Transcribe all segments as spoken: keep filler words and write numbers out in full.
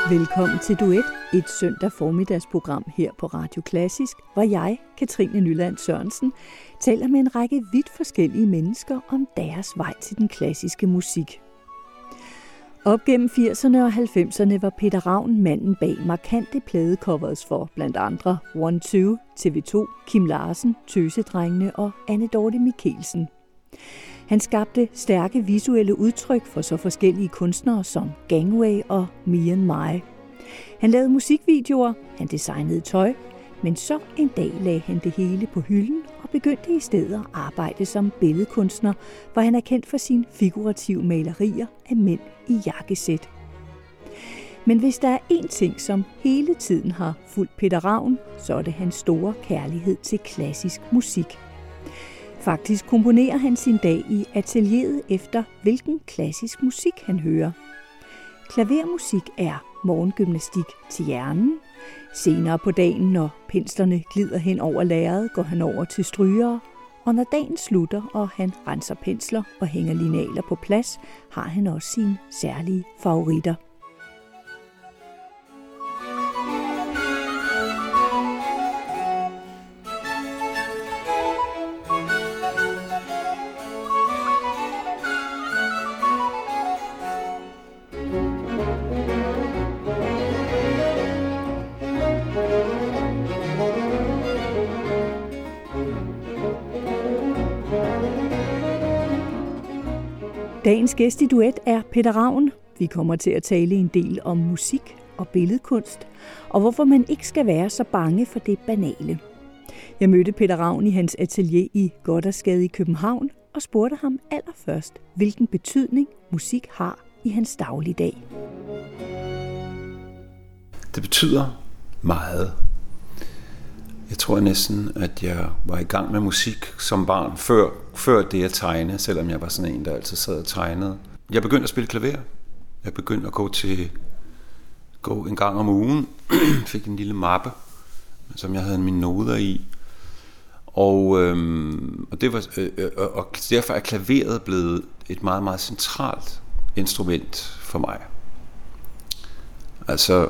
Velkommen til Duet, et søndag formiddagsprogram her på Radio Klassisk, hvor jeg, Katrine Nyland Sørensen, taler med en række vidt forskellige mennesker om deres vej til den klassiske musik. Op gennem firserne og halvfemserne var Peter Ravn manden bag markante pladecovers for blandt andre one two, T V to, Kim Larsen, Tøsedrengene og Anne Dorthe Michelsen. Han skabte stærke visuelle udtryk for så forskellige kunstnere som Gangway og Me and My. Han lavede musikvideoer, han designede tøj, men så en dag lagde han det hele på hylden og begyndte i stedet at arbejde som billedkunstner, hvor han er kendt for sine figurative malerier af mænd i jakkesæt. Men hvis der er én ting, som hele tiden har fulgt Peter Ravn, så er det hans store kærlighed til klassisk musik. Faktisk komponerer han sin dag i atelieret efter, hvilken klassisk musik han hører. Klavermusik er morgengymnastik til hjernen. Senere på dagen, når penslerne glider hen over lærredet, går han over til strygere. Og når dagen slutter, og han renser pensler og hænger linealer på plads, har han også sine særlige favoritter. Dagens gæst i Duet er Peter Ravn. Vi kommer til at tale en del om musik og billedkunst, og hvorfor man ikke skal være så bange for det banale. Jeg mødte Peter Ravn i hans atelier i Gothersgade i København og spurgte ham allerførst, hvilken betydning musik har i hans dagligdag. Det betyder meget. Jeg tror næsten, at jeg var i gang med musik som barn, før, før det at tegne, selvom jeg var sådan en, der altid sad og tegnede. Jeg begyndte at spille klaver. Jeg begyndte at gå til gå en gang om ugen. Fik en lille mappe, som jeg havde mine noder i. Og, øhm, og, det var, øh, og derfor er klaveret blevet et meget, meget centralt instrument for mig. Altså,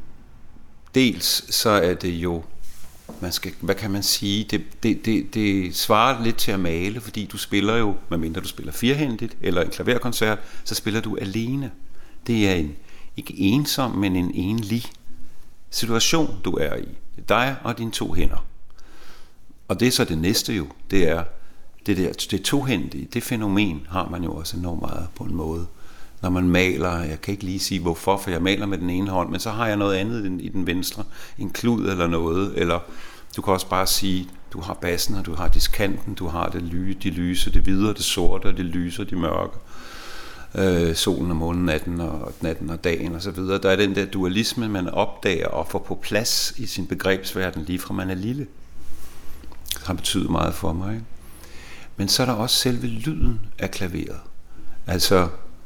dels så er det jo Man skal, hvad kan man sige, det, det, det, det svarer lidt til at male, fordi du spiller jo, medmindre du spiller firhændigt eller en klaverkoncert, så spiller du alene. Det er en, ikke ensom, men en enlig situation, du er i. Det er dig og dine to hænder. Og det er så det næste jo, det er det der, det tohændige, det fænomen har man jo også enormt meget på en måde. Når man maler, jeg kan ikke lige sige hvorfor, for jeg maler med den ene hånd, men så har jeg noget andet i den venstre, en klud eller noget, eller du kan også bare sige, du har bassen, og du har diskanten, du har det ly, de lyse, det hvide, det sorte, det lyse, de mørke, øh, solen og månen, natten og natten og dagen og så videre. Der er den der dualisme, man opdager og får på plads i sin begrebsverden, lige fra man er lille. Det har betydet meget for mig. Men så er der også selve lyden af klaveret. Altså,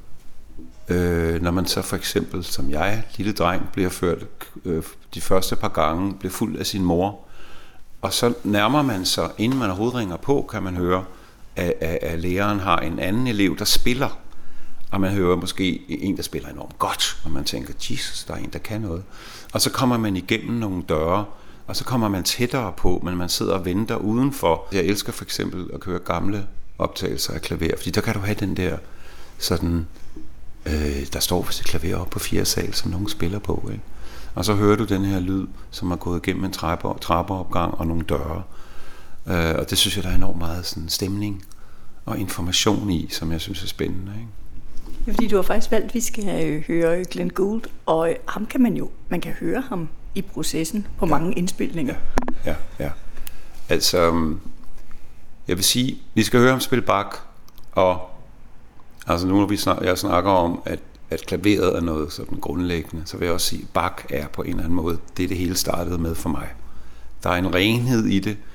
Øh, når man så for eksempel, som jeg, lille dreng, bliver ført øh, de første par gange, bliver fuld af sin mor, og så nærmer man sig, inden man overhovedet ringer på, kan man høre, at, at, at læreren har en anden elev, der spiller, og man hører måske en, der spiller enormt godt, og man tænker, Jesus, der er en, der kan noget. Og så kommer man igennem nogle døre, og så kommer man tættere på, men man sidder og venter udenfor. Jeg elsker for eksempel at køre gamle optagelser af klaver, fordi der kan du have den der sådan, Øh, der står vist et klaver op på fjerde sal, som nogen spiller på, ikke? Og så hører du den her lyd, som er gået igennem en trappe, trappeopgang og nogle døre. Øh, og det synes jeg, der er enormt meget sådan stemning og information i, som jeg synes er spændende, ikke? Ja, fordi du har faktisk valgt, at vi skal høre Glenn Gould, og ham kan man jo, man kan høre ham i processen på ja. mange indspilninger. Ja, ja, ja. Altså, jeg vil sige, vi skal høre ham spille Bach, og altså nu når vi snak, jeg snakker om, at, at klaveret er noget sådan grundlæggende, så vil jeg også sige, at Bach er på en eller anden måde, det det hele startede med for mig. Der er en renhed i det.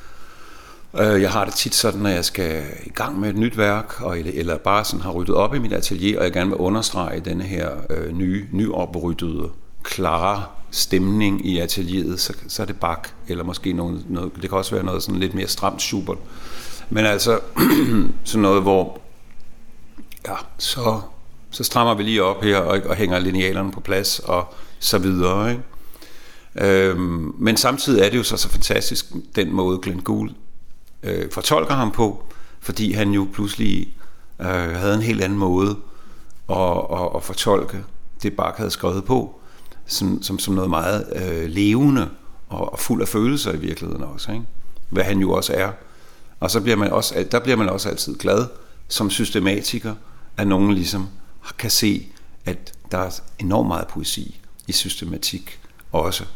Jeg har det tit sådan, når jeg skal i gang med et nyt værk, og, eller bare sådan har ryddet op i mit atelier, og jeg gerne vil understrege denne her øh, nye, nyoprettede, klare stemning i atelieret, så, så er det Bach, eller måske noget, noget, det kan også være noget sådan lidt mere stramt Schubert. Men altså sådan noget, hvor ja, så, så strammer vi lige op her og, og hænger linealerne på plads, og så videre, ikke? Øhm, men samtidig er det jo så, så fantastisk, den måde Glenn Gould øh, fortolker ham på, fordi han jo pludselig øh, havde en helt anden måde at, at, at fortolke det Bach havde skrevet på, som, som, som noget meget øh, levende og, og fuld af følelser i virkeligheden også, ikke? Hvad han jo også er. Og så bliver man også, der bliver man også altid glad som systematiker, at nogen ligesom kan se, at der er enormt meget poesi i systematik også.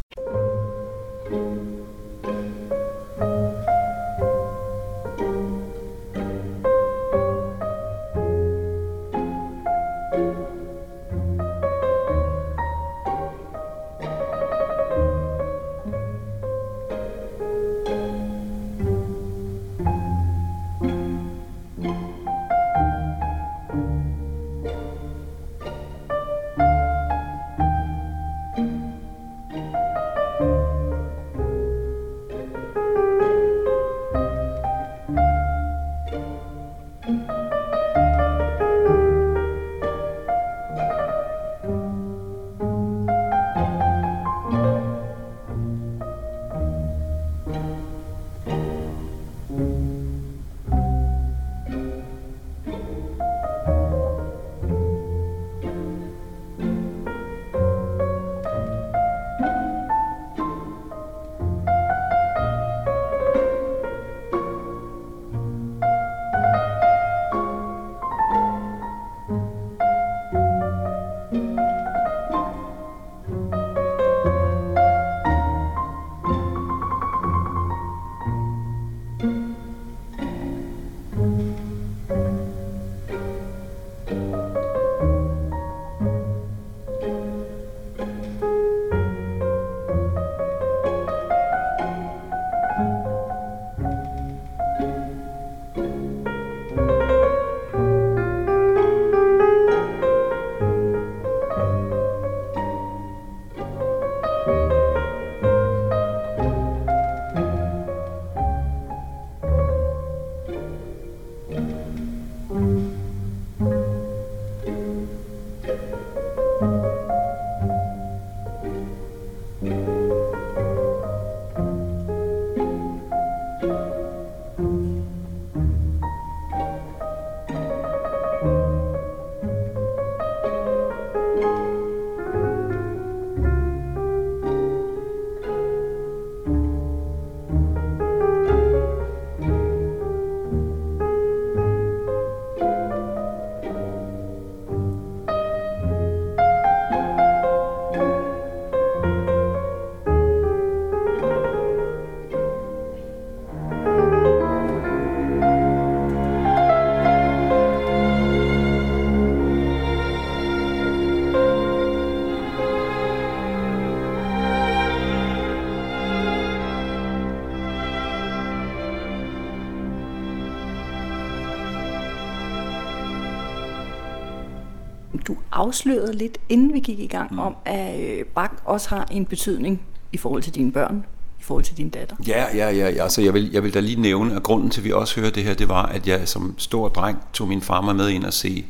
Du afslørede lidt, inden vi gik i gang, mm. om, at Bach også har en betydning i forhold til dine børn, i forhold til din datter. Ja, ja, ja. ja. Altså, jeg, vil, jeg vil da lige nævne, at grunden til, at vi også hører det her, det var, at jeg som stor dreng tog min far med ind og se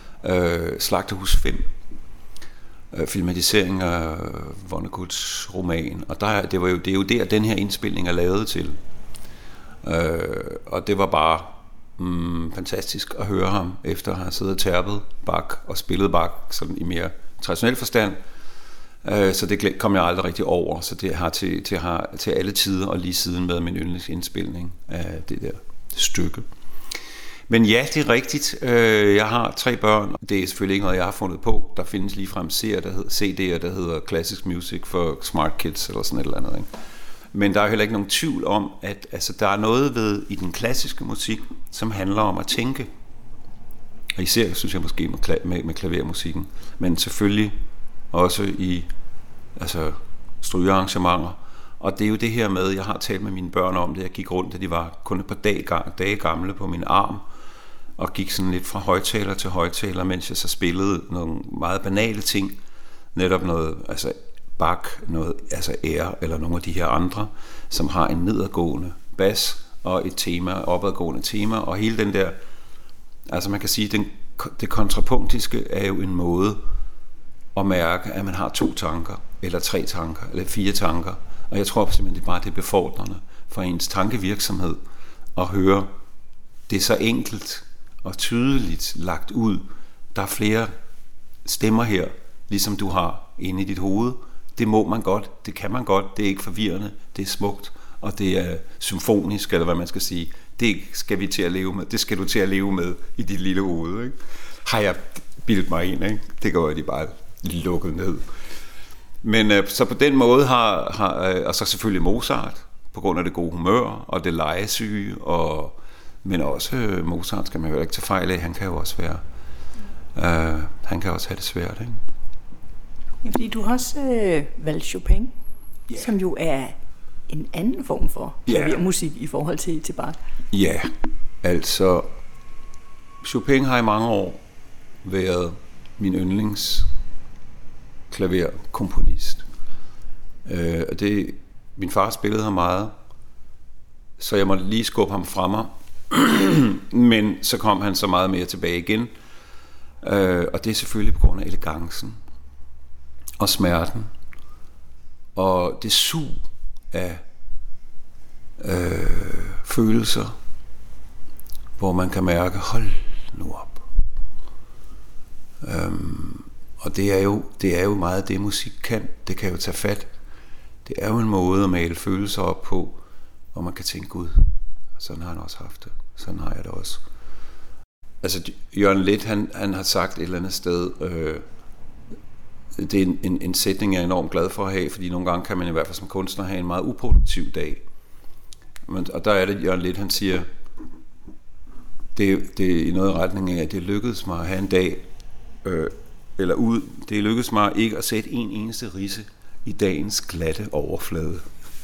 øh, Slagterhus fem. Øh, filmatisering af Vonnegut's roman. Og der, det, var jo, det er jo der, den her indspilning er lavet til. Øh, og det var bare mm, fantastisk at høre ham, efter at have siddet og terpet Bach og spillet Bach sådan i mere traditionel forstand. Øh, så det kom jeg aldrig rigtig over, så det har til, til, har, til alle tider og lige siden været min yndlingsindspilning af det der stykke. Men ja, det er rigtigt. Øh, jeg har tre børn, og det er selvfølgelig ikke noget, jeg har fundet på. Der findes ligefrem C D'er, der hedder, C D'er, der hedder Classic Music for Smart Kids eller sådan et eller andet, ikke? Men der er heller ikke nogen tvivl om, at altså, der er noget ved i den klassiske musik, som handler om at tænke. Og især, synes jeg måske, med, kla- med, med klavermusikken. Men selvfølgelig også i altså, strygearrangementer. Og det er jo det her med, jeg har talt med mine børn om det, jeg gik rundt, da de var kun et par dage, dage gamle på min arm, og gik sådan lidt fra højtaler til højtaler, mens jeg så spillede nogle meget banale ting, netop noget, altså Bach, noget, altså Air, eller nogle af de her andre, som har en nedadgående bas, og et tema, opadgående tema, og hele den der, altså man kan sige, den, det kontrapunktiske er jo en måde at mærke, at man har to tanker, eller tre tanker, eller fire tanker. Og jeg tror simpelthen, det er bare det befordrende for ens tankevirksomhed at høre det så enkelt og tydeligt lagt ud. Der er flere stemmer her, ligesom du har inde i dit hoved. Det må man godt, det kan man godt, det er ikke forvirrende, det er smukt, og det er symfonisk, eller hvad man skal sige. Det skal vi til at leve med, det skal du til at leve med i dit lille hoved. Ikke? Har jeg bildet mig ind, ikke? Det går jo de bare lukket ned. Men øh, så på den måde har, har øh, og så selvfølgelig Mozart, på grund af det gode humør, og det legesyge, og, men også øh, Mozart skal man jo ikke tage fejl af, han kan jo også være, øh, han kan også have det svært, ikke? Ja, fordi du har også øh, valgt Chopin, yeah. som jo er en anden form for klavermusik yeah. i forhold til, til Bach. Ja, altså Chopin har i mange år været min yndlings klaverkomponist. Øh, og det, min far spillede her meget, så jeg måtte lige skubbe ham fra mig. Men så kom han så meget mere tilbage igen. Øh, og det er selvfølgelig på grund af elegancen og smerten og det sug af øh, følelser, hvor man kan mærke, hold nu op. Øhm, og det er, jo, det er jo meget det, musik kan. Det kan jo tage fat. Det er jo en måde at male følelser op på, hvor man kan tænke, Gud, sådan har han også haft det. Sådan har jeg det også. Altså, Jørgen Leth, han, han har sagt et eller andet sted, øh, det er en, en, en sætning, jeg er enormt glad for at have, fordi nogle gange kan man i hvert fald som kunstner have en meget uproduktiv dag. Men, og der er det, Jørgen Leth, han siger, det, det er i noget retning af, at det lykkedes mig at have en dag, øh, eller ud, det lykkedes mig ikke at sætte en eneste ridse i dagens glatte overflade.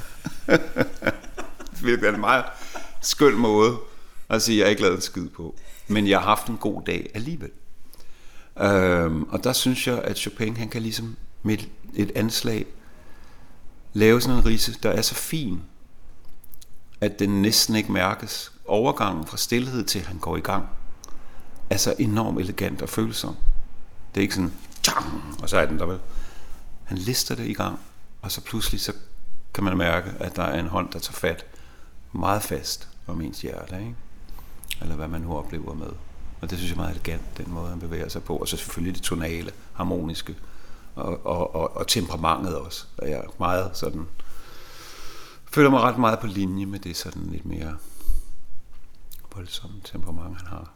Det er en meget skøn måde at sige, at jeg ikke lavede en skid på. Men jeg har haft en god dag alligevel. Øhm, og der synes jeg, at Chopin, han kan ligesom med et, et anslag lave sådan en ridse, der er så fin, at den næsten ikke mærkes. Overgangen fra stilhed til, han går i gang, er så enormt elegant og følsom. Det er ikke sådan, tjang, og så er den der vel. Han lister det i gang, og så pludselig så kan man mærke, at der er en hånd, der tager fat meget fast om ens hjerte, ikke? Eller hvad man nu oplever med. Og det synes jeg er meget elegant, den måde han bevæger sig på. Og så selvfølgelig det tonale, harmoniske, og, og, og, og temperamentet også. Og jeg er meget sådan, føler mig ret meget på linje med det sådan lidt mere voldsomme temperament, han har.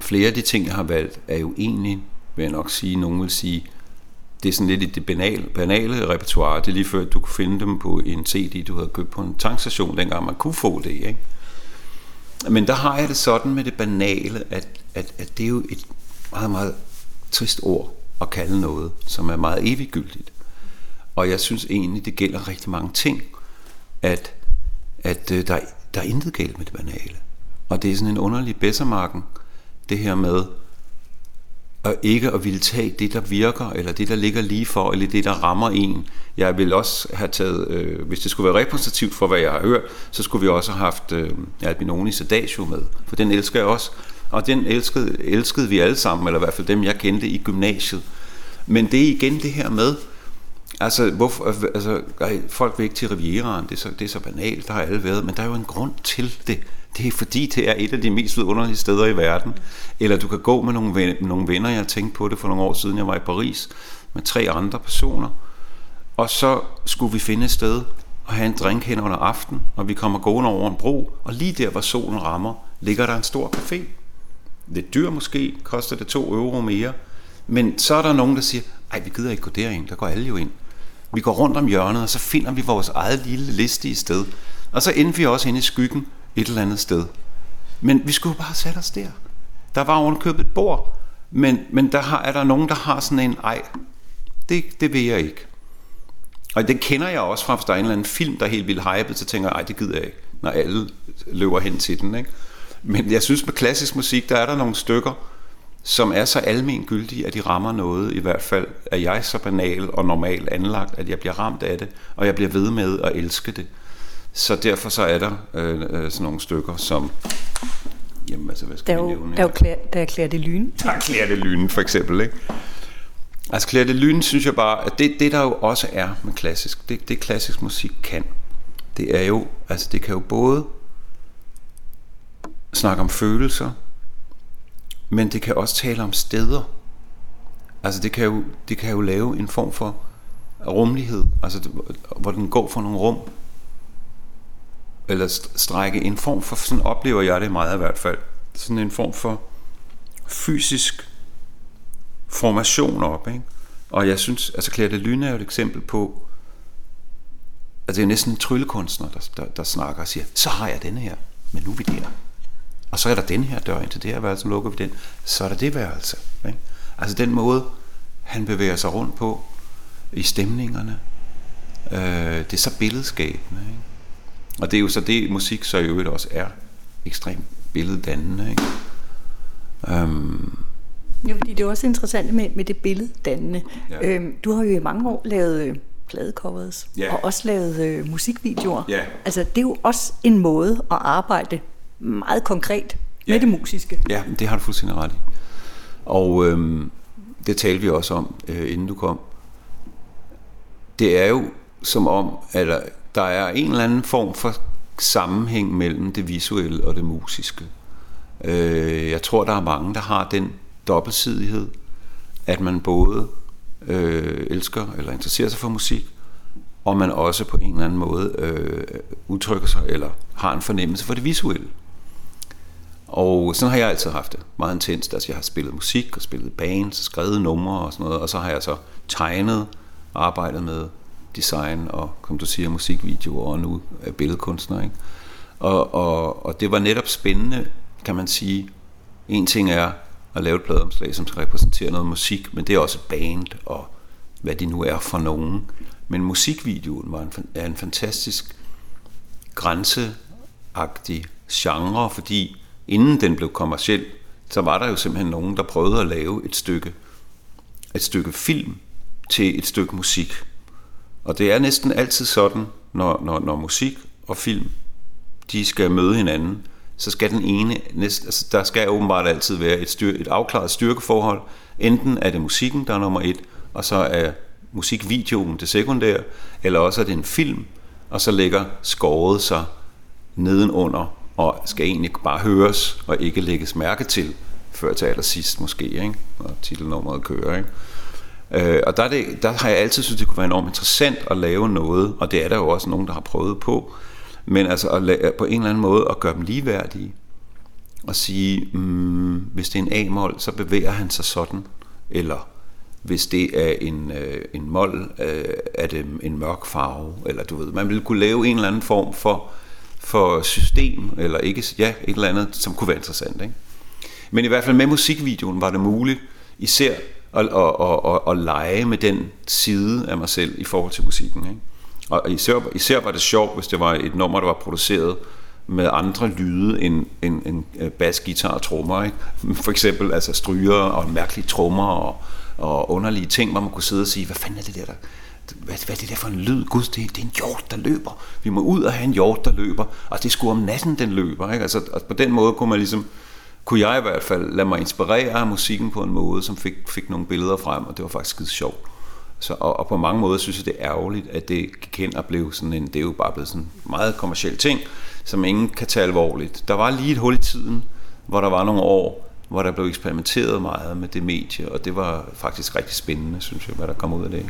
flere af de ting, jeg har valgt, er jo egentlig, vil jeg nok sige, nogen vil sige, det er sådan lidt i det banale, banale repertoire. Det er lige før, at du kunne finde dem på en C D, du havde købt på en tankstation, dengang man kunne få det, ikke? Men der har jeg det sådan med det banale, at, at, at det er jo et meget, meget trist ord at kalde noget, som er meget eviggyldigt. Og jeg synes egentlig, det gælder rigtig mange ting, at, at der, der er intet galt med det banale. Og det er sådan en underlig bedsermarken, det her med at ikke at ville tage det, der virker, eller det, der ligger lige for, eller det, der rammer en. Jeg vil også have taget, øh, hvis det skulle være repræsentativt for, hvad jeg har hørt, så skulle vi også have haft øh, Albinonis Adagio med, for den elsker jeg også. Og den elskede, elskede vi alle sammen, eller i hvert fald dem, jeg kendte i gymnasiet. Men det er igen det her med, altså, hvorfor, altså folk vil ikke til Rivieraen, det er, så, det er så banalt, der har alle været, men der er jo en grund til det. Det er fordi, det er et af de mest vidunderlige steder i verden. Eller du kan gå med nogle venner, nogle venner, jeg tænkte på det for nogle år siden, jeg var i Paris, med tre andre personer. Og så skulle vi finde et sted og have en drink hen under aften, og vi kommer gående over en bro, og lige der, hvor solen rammer, ligger der en stor café. Lidt dyr måske, koster det to euro mere. Men så er der nogen, der siger, ej, vi gider ikke gå derind, der går alle jo ind. Vi går rundt om hjørnet, og så finder vi vores eget lille listige sted. Og så ender vi også inde i skyggen et eller andet sted. Men vi skulle jo bare sætte os der. Der var ovenkøbet et bord, men, men der har, er der nogen, der har sådan en, ej, det, det vil jeg ikke. Og det kender jeg også fra, hvis der er en eller anden film, der er helt vildt hypet, så tænker jeg, ej, det gider jeg ikke, når alle løber hen til den, ikke? Men jeg synes, med klassisk musik, der er der nogle stykker, som er så almengyldige, at de rammer noget. I hvert fald er jeg så banal og normalt anlagt, at jeg bliver ramt af det, og jeg bliver ved med at elske det. Så derfor så er der øh, øh, sådan nogle stykker, som... Jamen, altså, hvad skal der vi jo, nævne? Der er jo Claire, der er Claire de Lune. Der er Claire de Lune, for eksempel, ikke? Altså, Claire de Lune, synes jeg bare, at det, det der jo også er med klassisk, det, det klassisk musik kan, det er jo, altså, det kan jo både snakke om følelser, men det kan også tale om steder. Altså, det kan jo, det kan jo lave en form for rumlighed, altså, hvor den går for nogle rum, eller strække en form for, sådan oplever jeg det meget i hvert fald, sådan en form for fysisk formation op, ikke? Og jeg synes, altså Claire de Lune er jo et eksempel på, altså det er næsten en tryllekunstner, der, der, der snakker og siger, så har jeg denne her, men nu er vi der. Og så er der den her dør ind til det her værelse, så lukker vi den, så er der det værelse, ikke? Altså den måde, han bevæger sig rundt på, i stemningerne, øh, det er så billedskabende, ikke? Og det er jo så det, musik så i øvrigt også er ekstremt billeddannende, ikke? Um, jo, fordi det er også interessant med, med det billeddannende. Ja. Øhm, du har jo i mange år lavet øh, pladecovers, ja, og også lavet øh, musikvideoer. Ja. Altså, det er jo også en måde at arbejde meget konkret, ja, med det musiske. Ja, det har du fuldstændig ret i. Og øhm, det talte vi også om, øh, inden du kom. Det er jo som om, at der er en eller anden form for sammenhæng mellem det visuelle og det musiske. Øh, jeg tror, der er mange, der har den dobbeltsidighed, at man både øh, elsker eller interesserer sig for musik, og man også på en eller anden måde øh, udtrykker sig eller har en fornemmelse for det visuelle. Og sådan har jeg altid haft det, meget intenst. Altså jeg har spillet musik og spillet bands, skrevet numre og sådan noget, og så har jeg så tegnet, arbejdet med design og, som du siger, musikvideoer, og nu er billedkunstner, ikke? Og, og, og det var netop spændende, kan man sige. En ting er at lave et pladeomslag, som skal repræsentere noget musik, men det er også et band, og hvad de nu er for nogen. Men musikvideoen var en, er en fantastisk grænseagtig genre, fordi inden den blev kommerciel, så var der jo simpelthen nogen, der prøvede at lave et stykke, et stykke film til et stykke musik. Og det er næsten altid sådan, når, når, når musik og film, de skal møde hinanden, så skal den ene, næsten, altså der skal åbenbart altid være et, styr, et afklaret styrkeforhold. Enten er det musikken, der er nummer et, og så er musikvideoen det sekundære, eller også er det en film, og så ligger skåret sig nedenunder, og skal egentlig bare høres, og ikke lægges mærke til, før til allersidst måske, ikke? Og titelnummeret kører, ikke? Øh, og der, er det, der har jeg altid synes det kunne være enormt interessant at lave noget, og det er der jo også nogen, der har prøvet på, men altså at lave, på en eller anden måde at gøre dem ligeværdige. og sige, mm, hvis det er en A-mol, så bevæger han sig sådan, eller hvis det er en, øh, en mol, øh, er det en mørk farve, eller du ved, man ville kunne lave en eller anden form for, for system, eller ikke, ja, et eller andet, som kunne være interessant, ikke? Men i hvert fald med musikvideoen var det muligt, især at, at, at, at, at lege med den side af mig selv i forhold til musikken, ikke? Og især, især var det sjovt, hvis det var et nummer, der var produceret med andre lyde end, end, end bas, guitar og trommer, ikke? For eksempel altså stryger og mærkelige trommer og, og underlige ting, hvor man kunne sidde og sige, hvad fanden er det der, der hvad, hvad er det der for en lyd? Gud, det, det er en hjort, der løber. Vi må ud og have en hjort, der løber. Og det er sgu om natten, den løber, ikke? Altså, og på den måde kunne man ligesom, kunne jeg i hvert fald lade mig inspirere af musikken på en måde, som fik, fik nogle billeder frem, og det var faktisk skide sjovt. Så, og, og på mange måder synes jeg, det er ærgerligt, at det gik hen og blev sådan en, det er jo bare blevet sådan en meget kommerciel ting, som ingen kan tage alvorligt. Der var lige et hul i tiden, hvor der var nogle år, hvor der blev eksperimenteret meget med det medie, og det var faktisk rigtig spændende, synes jeg, hvad der kom ud af det.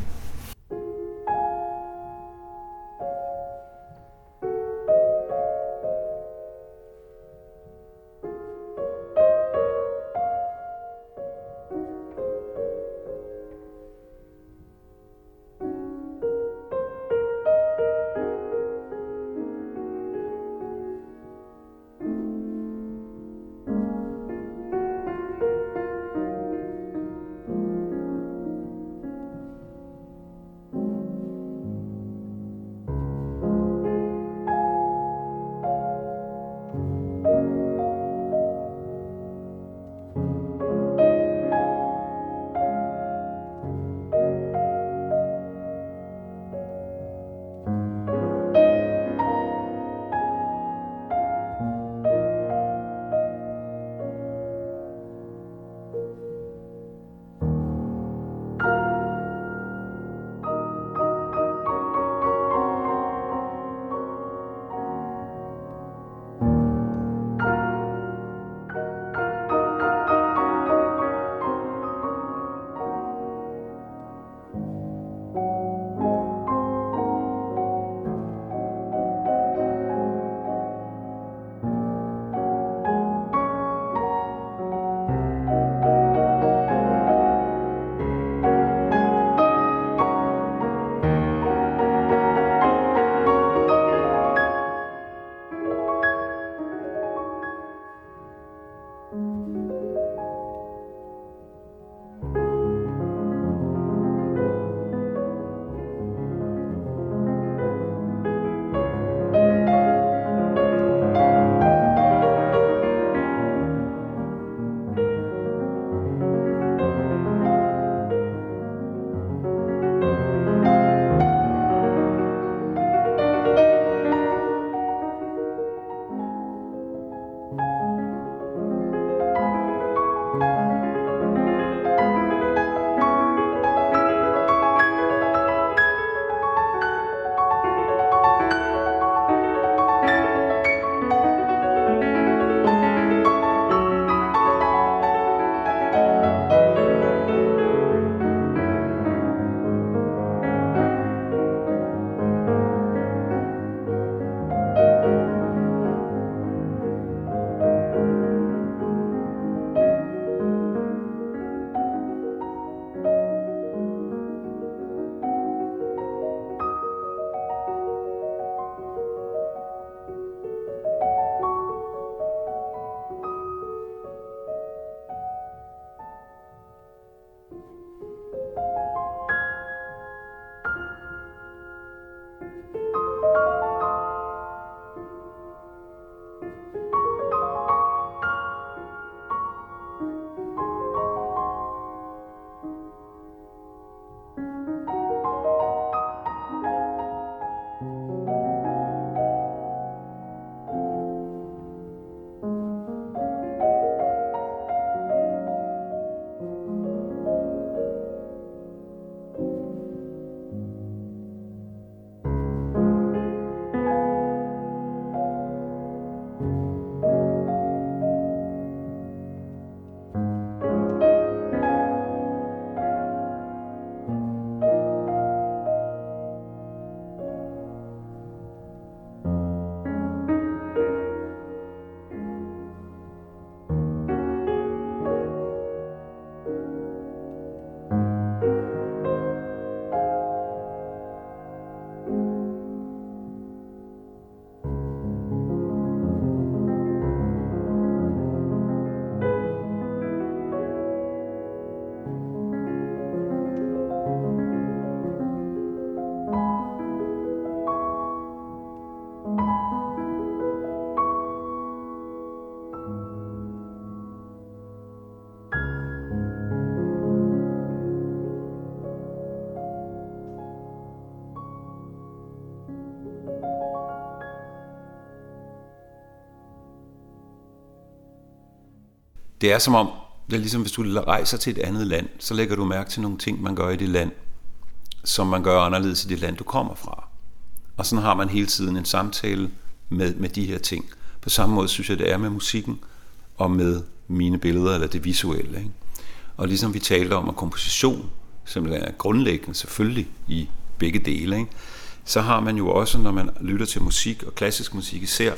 det er som om, det er ligesom hvis du rejser til et andet land, så lægger du mærke til nogle ting, man gør i det land, som man gør anderledes i det land, du kommer fra. Og sådan har man hele tiden en samtale med, med de her ting. På samme måde synes jeg, det er med musikken og med mine billeder, eller det visuelle. Ikke? Og ligesom vi talte om, at komposition simpelthen er grundlæggende selvfølgelig i begge dele, ikke? Så har man jo også, når man lytter til musik og klassisk musik især,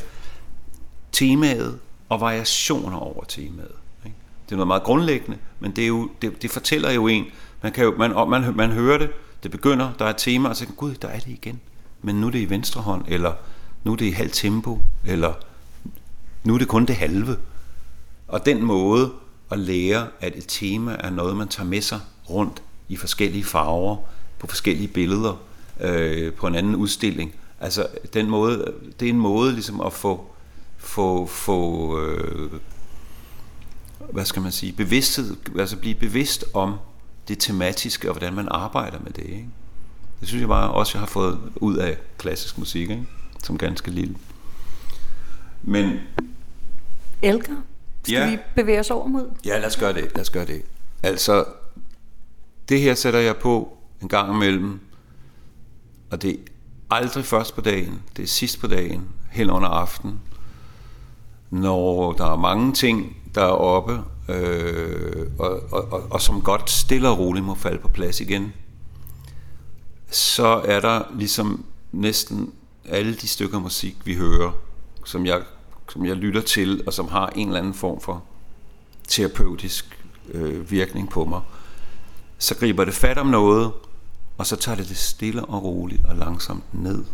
temaet og variationer over temaet. Ikke? Det er noget meget grundlæggende, men det, er jo, det, det fortæller jo en, man, kan jo, man, man, man hører det, det begynder, der er et tema, og så kan gud, der er det igen. Men nu er det i venstre hånd, eller nu er det i halvt tempo, eller nu er det kun det halve. Og den måde at lære, at et tema er noget, man tager med sig rundt i forskellige farver, på forskellige billeder, øh, på en anden udstilling. Altså, den måde, det er en måde ligesom at få, få, få øh, hvad skal man sige, bevidsthed, altså blive bevidst om det tematiske, og hvordan man arbejder med det, ikke? Det synes jeg bare også, jeg har fået ud af klassisk musik, ikke? Som ganske lille. Men Elgar, skal ja. vi bevæge os over mod? Ja, lad os gøre det, lad os gøre det. Altså, det her sætter jeg på en gang imellem, og det er aldrig først på dagen, det er sidst på dagen, hen under aftenen, når der er mange ting, der er oppe, øh, og, og, og, og som godt stille og roligt må falde på plads igen, så er der ligesom næsten alle de stykker musik, vi hører, som jeg, som jeg lytter til, og som har en eller anden form for terapeutisk øh, virkning på mig, så griber det fat om noget, og så tager det det stille og roligt og langsomt ned.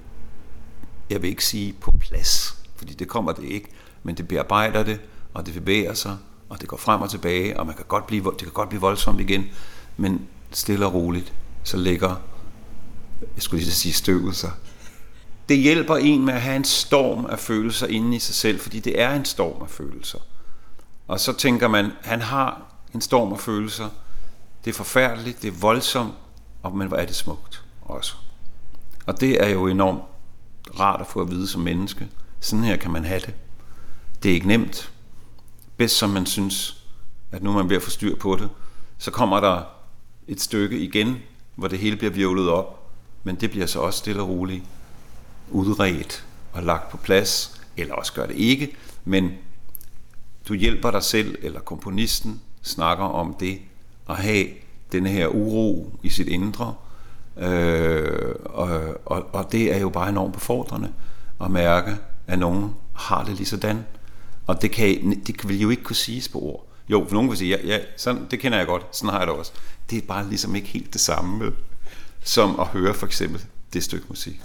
Jeg vil ikke sige på plads, fordi det kommer det ikke, men det bearbejder det, og det bevæger sig, og det går frem og tilbage, og man kan godt blive, det kan godt blive voldsomt igen, men stille og roligt, så ligger, jeg skulle lige sige støvet sig. Det hjælper en med at have en storm af følelser inde i sig selv, fordi det er en storm af følelser. Og så tænker man, han har en storm af følelser, det er forfærdeligt, det er voldsomt, og men hvor er det smukt også. Og det er jo enormt rart at få at vide som menneske. Sådan her kan man have det. Det er ikke nemt. Bedst som man synes, at nu er man ved at få styr på det, så kommer der et stykke igen, hvor det hele bliver hvirvlet op, men det bliver så også stille og roligt udredt og lagt på plads, eller også gør det ikke, men du hjælper dig selv, eller komponisten snakker om det, at have denne her uro i sit indre, øh, og, og, og det er jo bare enormt befordrende at mærke, at nogen har det lige sådan, og det, kan, det vil jo ikke kunne siges på ord. Jo, for nogen vil sige, ja, ja sådan, det kender jeg godt, sådan har jeg det også. Det er bare ligesom ikke helt det samme med, som at høre for eksempel det stykke musik.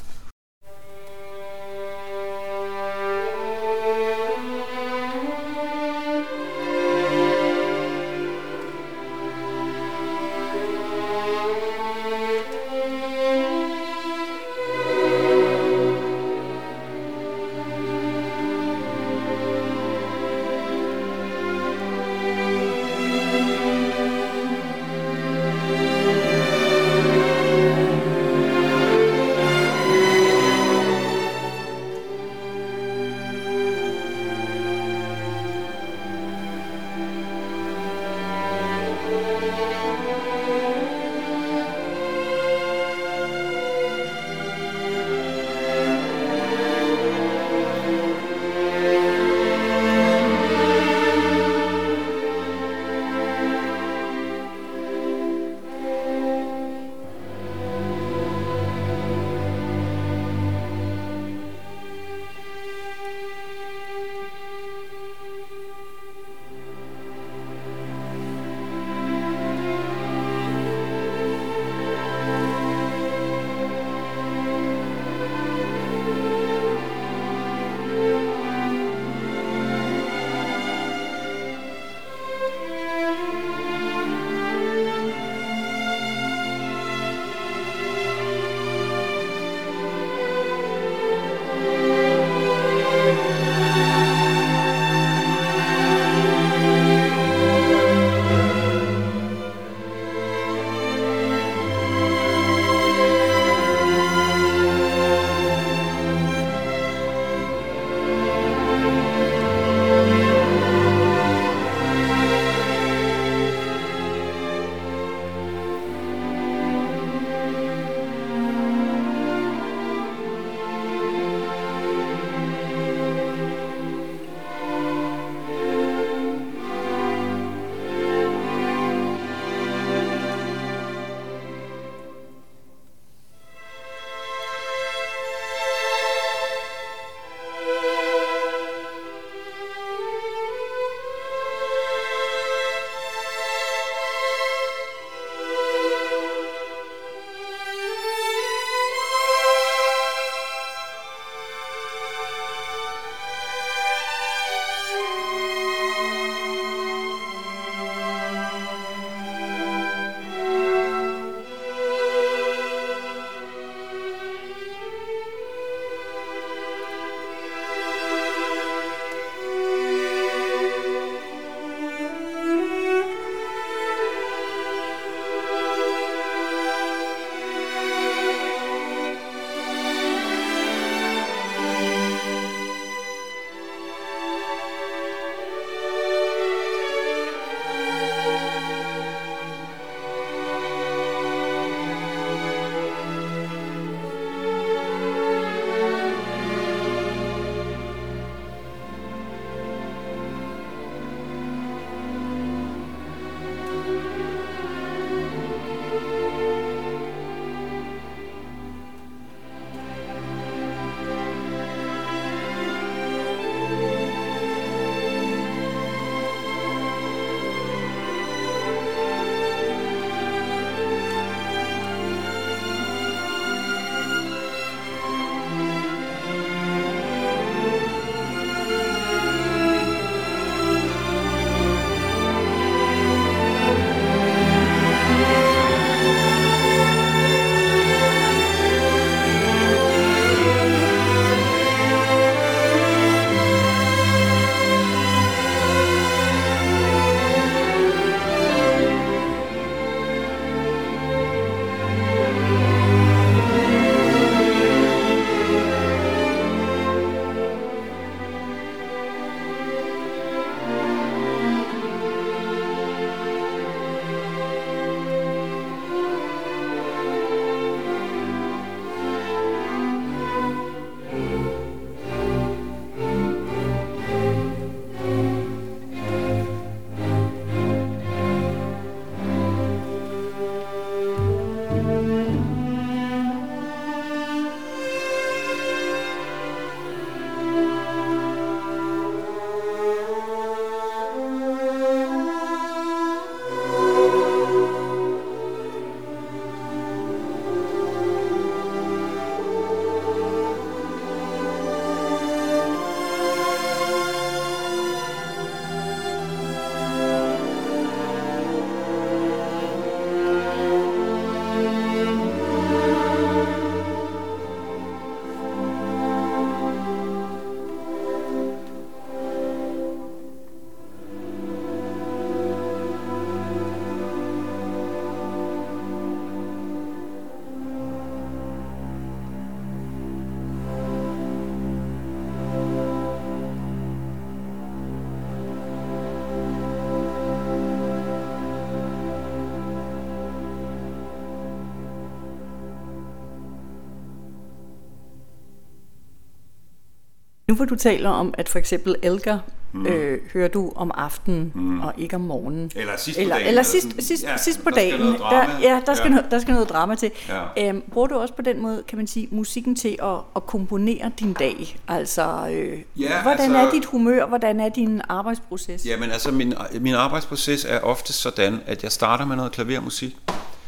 Nu hvor du taler om, at for eksempel Elgar mm. øh, hører du om aftenen mm. og ikke om morgenen. Eller sidst eller, på dagen. Eller sidst, eller sidst, ja, sidst på der dagen. Skal der, ja, der skal, ja. Noget, der skal noget drama til. Ja. Øhm, bruger du også på den måde, kan man sige, musikken til at, at komponere din dag? Altså, øh, ja, hvordan altså, er dit humør? Hvordan er din arbejdsproces? Jamen altså, min, min arbejdsproces er ofte sådan, at jeg starter med noget klavermusik.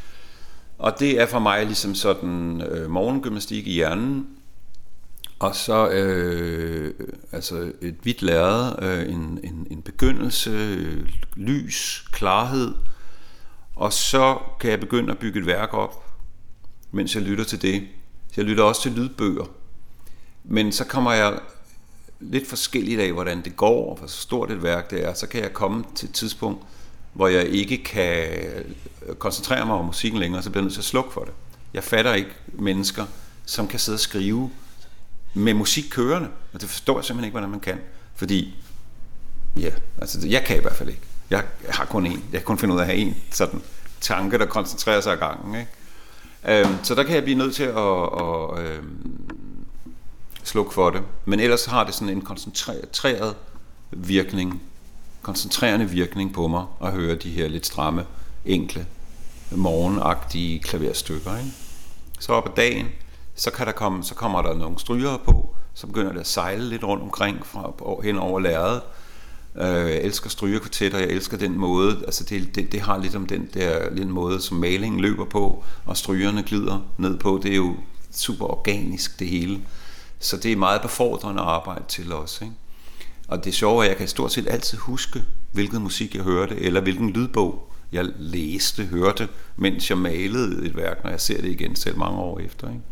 Og det er for mig ligesom sådan øh, morgengymnastik i hjernen. Og så øh, altså et hvidt lærred, øh, en, en, en begyndelse, øh, lys, klarhed. Og så kan jeg begynde at bygge et værk op, mens jeg lytter til det. Jeg lytter også til lydbøger. Men så kommer jeg lidt forskelligt af, hvordan det går, og hvor stort et værk det er. Så kan jeg komme til et tidspunkt, hvor jeg ikke kan koncentrere mig om musikken længere, så bliver jeg nødt til at slukke for det. Jeg fatter ikke mennesker, som kan sidde og skrive med musik kørende, og det forstår jeg simpelthen ikke, hvordan man kan. Fordi, ja, altså jeg kan i hvert fald ikke. Jeg har kun én. Jeg kan kun finde ud af at have en sådan tanke, der koncentrerer sig ad gangen. Ikke? Øhm, så der kan jeg blive nødt til at, at, at øhm, slukke for det. Men ellers har det sådan en koncentreret virkning, koncentrerende virkning på mig at høre de her lidt stramme, enkle, morgenagtige klaverstykker. Ikke? Så op ad dagen, så, kan der komme, så kommer der nogle strygere på, så begynder det at sejle lidt rundt omkring fra, hen over lærredet. Jeg elsker strygekvartetter, jeg elsker den måde, altså det, det, det har lidt om den der lidt måde, som malingen løber på, og strygerne glider ned på. Det er jo super organisk det hele, så det er meget befordrende arbejde til os. Ikke? Og det sjove er, at jeg kan stort set altid huske, hvilken musik jeg hørte, eller hvilken lydbog jeg læste, hørte, mens jeg malede et værk, når jeg ser det igen selv mange år efter. Ikke?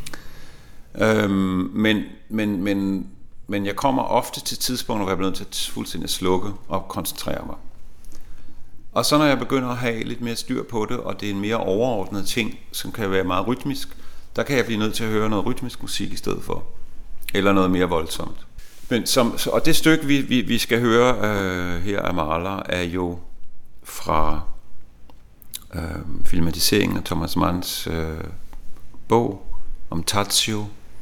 Øhm, men, men, men, men jeg kommer ofte til tidspunkter, hvor jeg bliver nødt til at fuldstændig slukke og koncentrere mig. Og så når jeg begynder at have lidt mere styr på det, og det er en mere overordnet ting, som kan være meget rytmisk, der kan jeg blive nødt til at høre noget rytmisk musik i stedet for. Eller noget mere voldsomt. Men som, og det stykke, vi, vi, vi skal høre øh, her af Mahler, er jo fra øh, filmatiseringen af Thomas Manns øh, bog om Tadzio,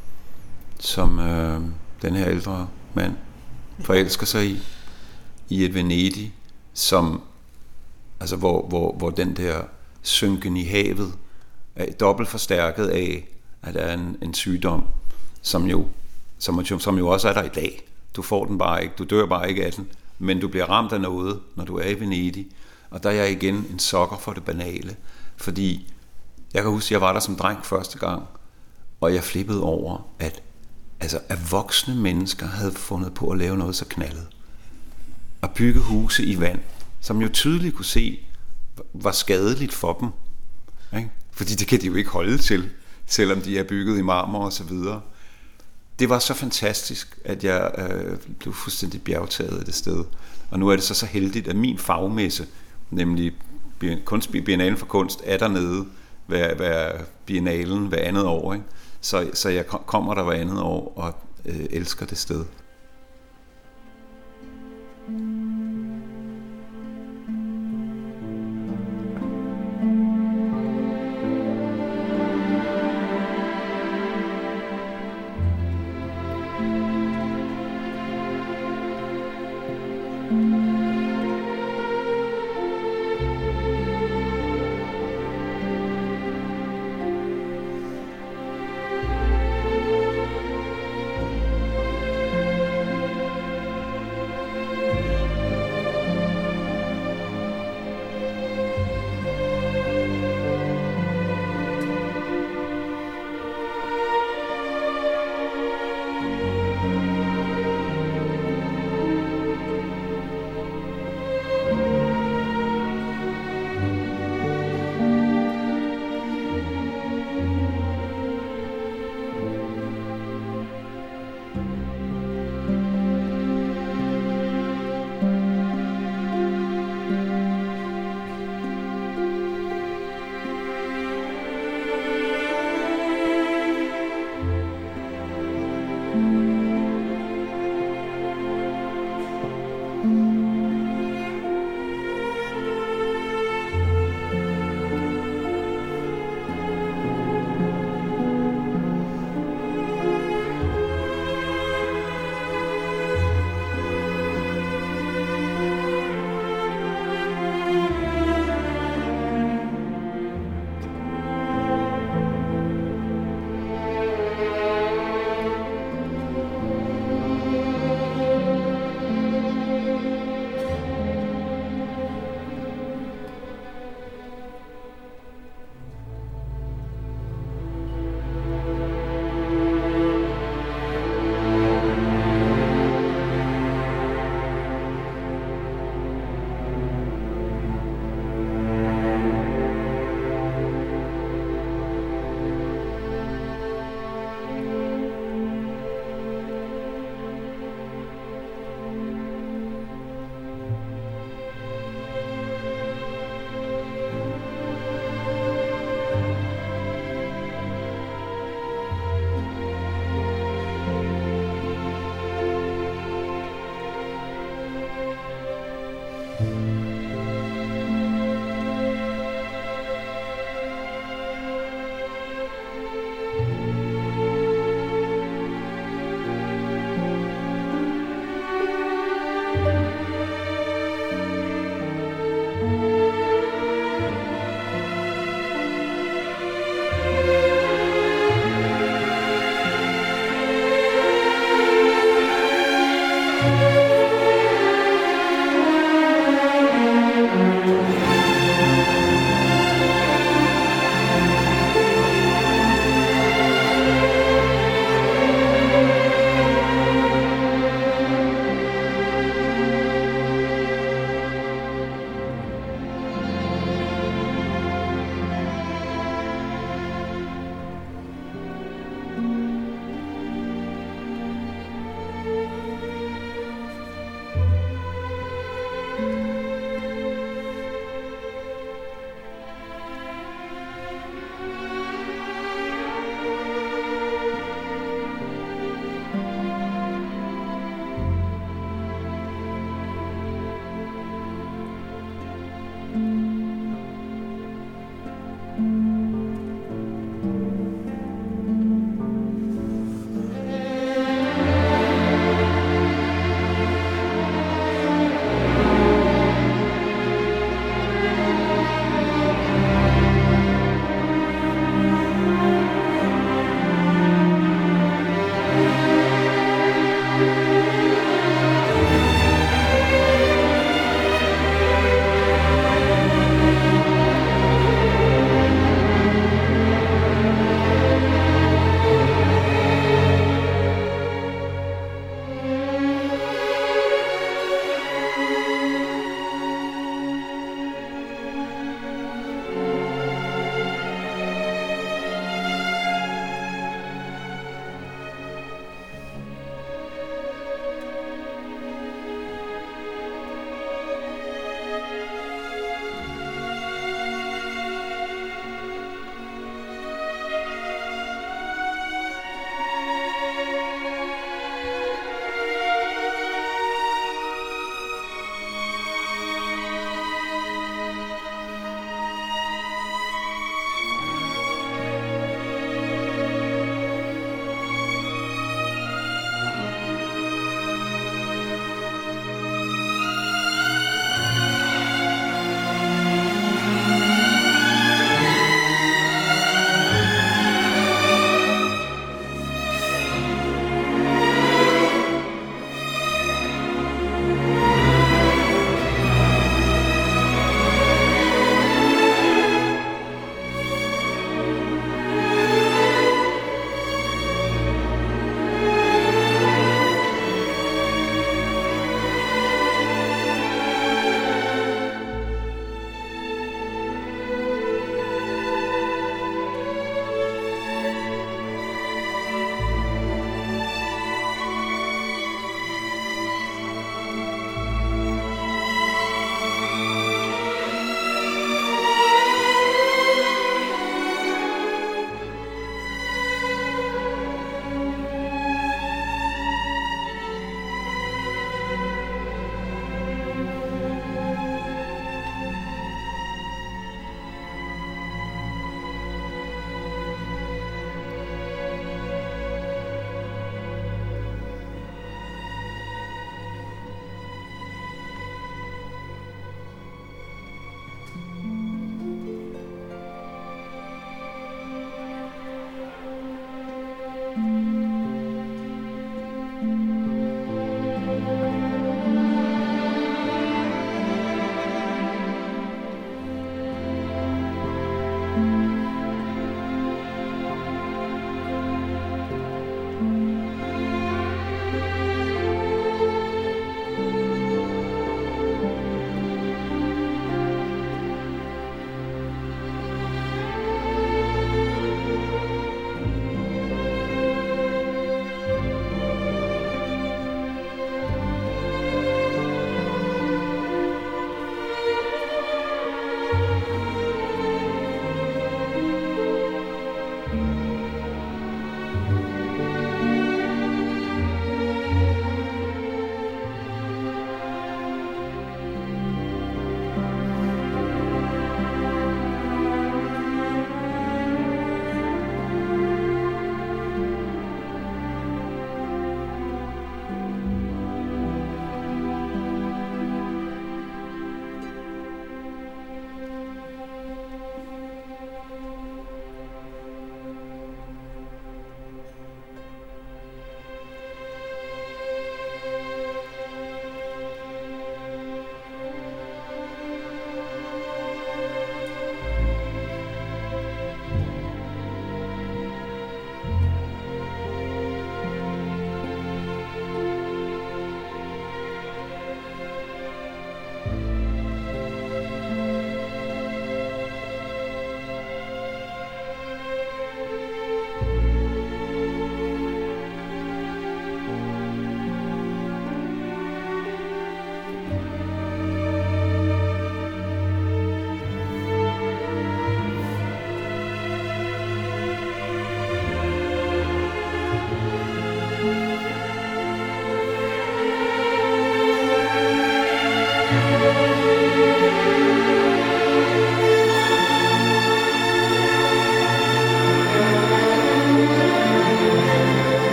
som øh, den her ældre mand forelsker sig i, i et Venedig, som, altså hvor, hvor, hvor den der synken i havet er dobbelt forstærket af, at der er en, en sygdom, som jo, som, som jo også er der i dag. Du får den bare ikke, du dør bare ikke af den, men du bliver ramt af noget, når du er i Venedig. Og der er jeg igen en sokker for det banale, fordi jeg kan huske, at jeg var der som dreng første gang, og jeg flippede over, at, altså, at voksne mennesker havde fundet på at lave noget så knaldet. At bygge huse i vand, som jo tydeligt kunne se, var skadeligt for dem. Ikke? Fordi det kan de jo ikke holde til, selvom de er bygget i marmor og så videre. Det var så fantastisk, at jeg øh, blev fuldstændig bjergtaget af det sted. Og nu er det så så heldigt, at min fagmesse, nemlig kunstbiennalen for kunst, er dernede hver, hver biennalen hver andet år. Ikke? Så, så jeg kommer der hver andet år og øh, elsker det sted.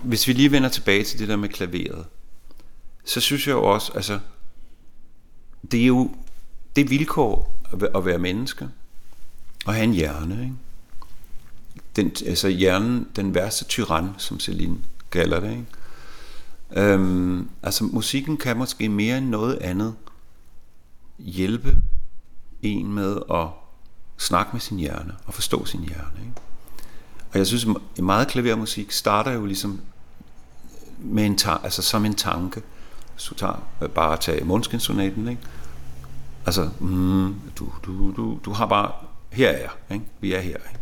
hvis vi lige vender tilbage til det der med klaveret, så synes jeg jo også, altså, det er jo det vilkår at være menneske, og have en hjerne, ikke? Den, altså hjernen, den værste tyran, som Celine kalder det, ikke? Øhm, altså musikken kan måske mere end noget andet hjælpe en med at snakke med sin hjerne og forstå sin hjerne, ikke? Og jeg synes, at meget klavermusik starter jo ligesom med en ta- altså som en tanke. Hvis du tager, bare at tage Måneskin-sonaten, ikke? Altså, mm, du, du, du, du har bare, her er jeg, ikke? Vi er her, ikke?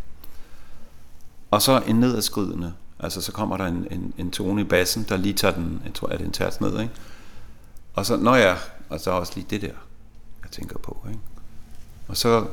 Og så en nedadskridende, altså så kommer der en, en, en tone i bassen, der lige tager den, jeg tror, er det en terts ned, ikke? Og så, når jeg, og så er også lige det der, jeg tænker på, ikke? Og så,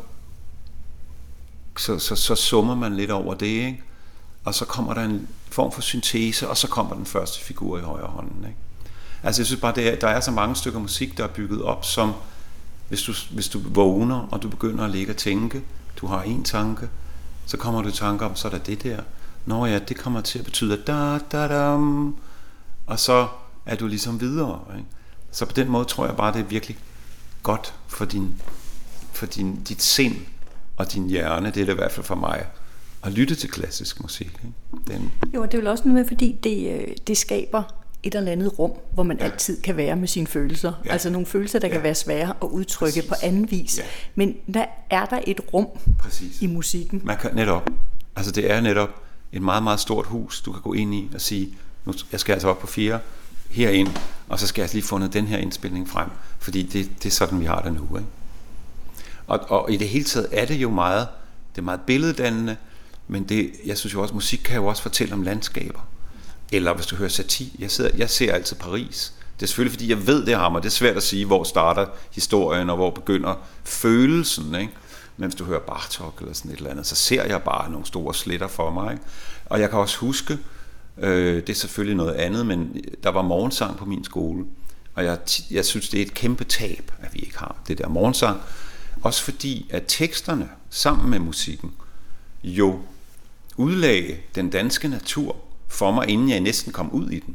så, så, så summer man lidt over det, ikke? Og så kommer der en form for syntese, og så kommer den første figur i højre hånden, ikke? Altså jeg synes bare, det er, der er så mange stykker musik, der er bygget op, som hvis du, hvis du vågner, og du begynder at ligge og tænke, du har en tanke, så kommer du i tanke om, så er der det der. Nå ja, det kommer til at betyde da da dam, og så er du ligesom videre, ikke? Så på den måde tror jeg bare, det er virkelig godt for, din, for din, dit sind og din hjerne, det er det i hvert fald for mig, at lytte til klassisk musik, ikke? Den... Jo, det er vel også noget med, fordi det, det skaber et eller andet rum, hvor man ja. altid kan være med sine følelser. Ja. Altså nogle følelser, der ja. kan være svære at udtrykke Præcis. på anden vis. Ja. Men der er der et rum Præcis. i musikken. Man kan netop, altså det er netop et meget, meget stort hus, du kan gå ind i og sige, nu jeg skal altså op på fire, herind, og så skal jeg lige fundet den her indspilning frem, fordi det, det er sådan, vi har det nu, ikke? Og, og i det hele taget er det jo meget, det er meget billeddannende, men det, jeg synes jo også, musik kan jo også fortælle om landskaber. Eller hvis du hører Satie, jeg, sidder, jeg ser altid Paris. Det er selvfølgelig, fordi jeg ved det her, og det er svært at sige, hvor starter historien, og hvor begynder følelsen, ikke? Men hvis du hører Bartók eller sådan et eller andet, så ser jeg bare nogle store sletter for mig, ikke? Og jeg kan også huske, øh, det er selvfølgelig noget andet, men der var morgensang på min skole, og jeg, jeg synes, det er et kæmpe tab, at vi ikke har det der morgensang. Også fordi, at teksterne sammen med musikken jo udlagde den danske natur for mig, inden jeg næsten kom ud i den.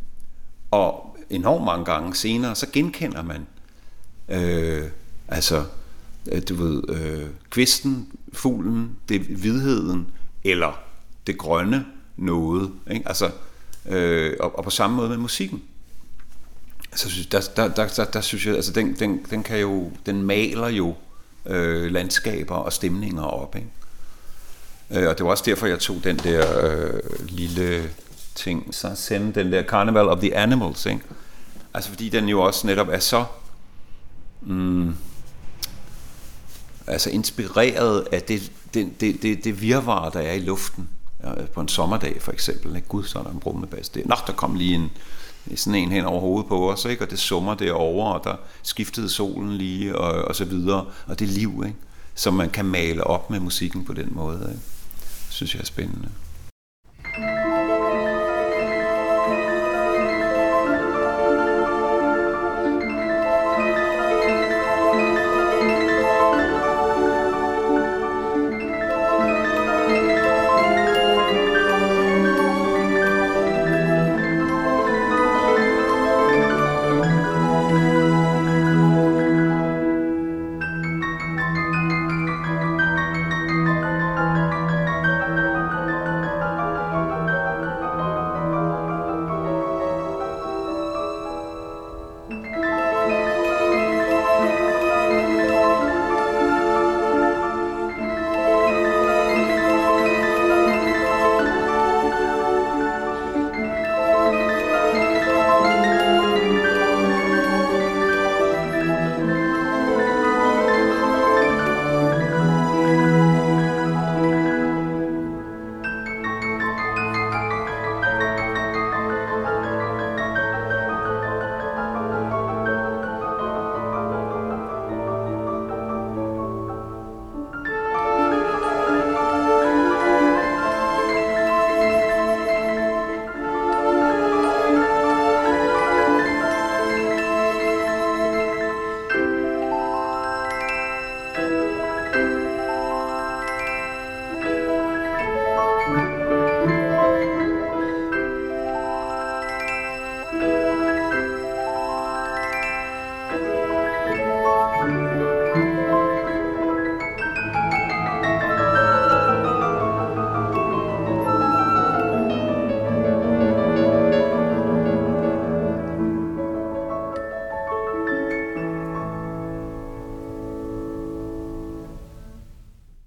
Og enormt mange gange senere, så genkender man øh, altså, du ved, øh, kvisten, fuglen, det hvidheden, eller det grønne noget, ikke? Altså, øh, og, og på samme måde med musikken. Altså, der, der, der, der, der synes jeg, altså, den, den, den kan jo, den maler jo øh, landskaber og stemninger op, ikke? Øh, og det var også derfor, jeg tog den der øh, lille ting, så sendte den der Carnival of the Animals, ikke? Altså fordi den jo også netop er så mm, altså inspireret af det, det, det, det, det virvar, der er i luften. Ja, på en sommerdag for eksempel, ikke? Gud, så er der en brummende bas. Det, nå, der kom lige en, sådan en hen over hovedet på os, ikke? Og det summer derovre, og der skiftede solen lige, og, og så videre. Og det liv, ikke? Som man kan male op med musikken på den måde, ikke? Synes jeg er spændende.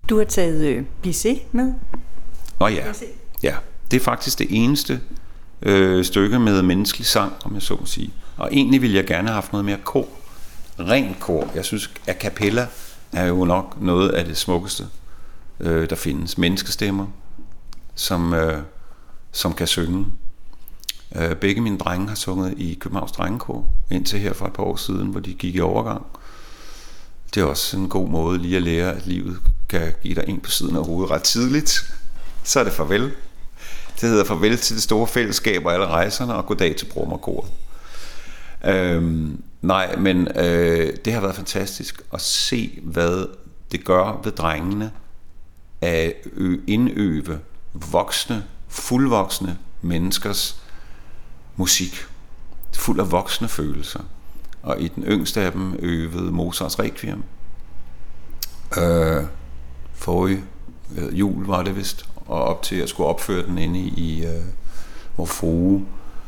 Du har taget øh, Bizet med. Nå ja. Ja, det er faktisk det eneste øh, stykke med menneskelig sang, om jeg så må sige. Og egentlig ville jeg gerne have haft noget mere kor. Ren kor. Jeg synes, a cappella er jo nok noget af det smukkeste, øh, der findes. Menneskestemmer, som, øh, som kan synge. Øh, begge mine drenge har sunget i Københavns Drengekor, indtil her for et par år siden, hvor de gik i overgang. Det er også en god måde lige at lære, at livet kan give dig en på siden af hovedet ret tidligt. Så er det farvel. Det hedder farvel til det store fællesskab og alle rejserne, og goddag til brummerkoret. Øhm, nej, men øh, det har været fantastisk at se, hvad det gør ved drengene at ø- indøve voksne, fuldvoksne menneskers musik. Fuld af voksne følelser. Og i den yngste af dem øvede Mozarts Requiem. Øh, forrige øh, jul var det vist, og op til at skulle opføre den inde i øh, vor frue.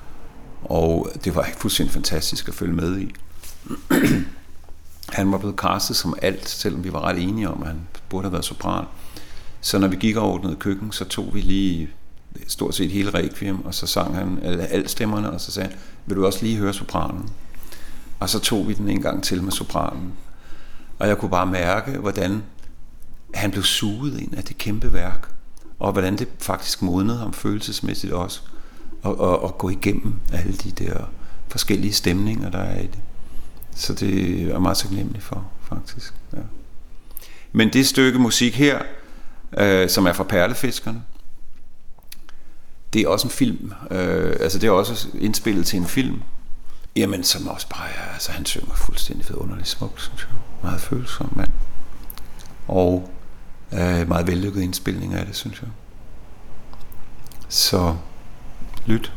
Og det var fuldstændig fantastisk at følge med i. Han var blevet castet som alt, selvom vi var ret enige om, at han burde have været sopran. Så når vi gik og ordnede køkken, så tog vi lige stort set hele Requiem, og så sang han alle stemmerne, og så sagde han, vil du også lige høre sopranen? Og så tog vi den en gang til med sopranen. Og jeg kunne bare mærke, hvordan han blev suget ind af det kæmpe værk, og hvordan det faktisk modnede ham følelsesmæssigt også, og, og, og gå igennem alle de der forskellige stemninger, der er i det. Så det er meget taknemmelig for, faktisk. Ja. Men det stykke musik her, øh, som er fra Perlefiskerne, det er også en film. Øh, altså det er også indspillet til en film. Jamen, som også bare er, altså han synger fuldstændig vidunderligt smukt, synes jeg. Meget følsom mand. Og øh, meget vellykket indspilning af det, synes jeg. Så lyt.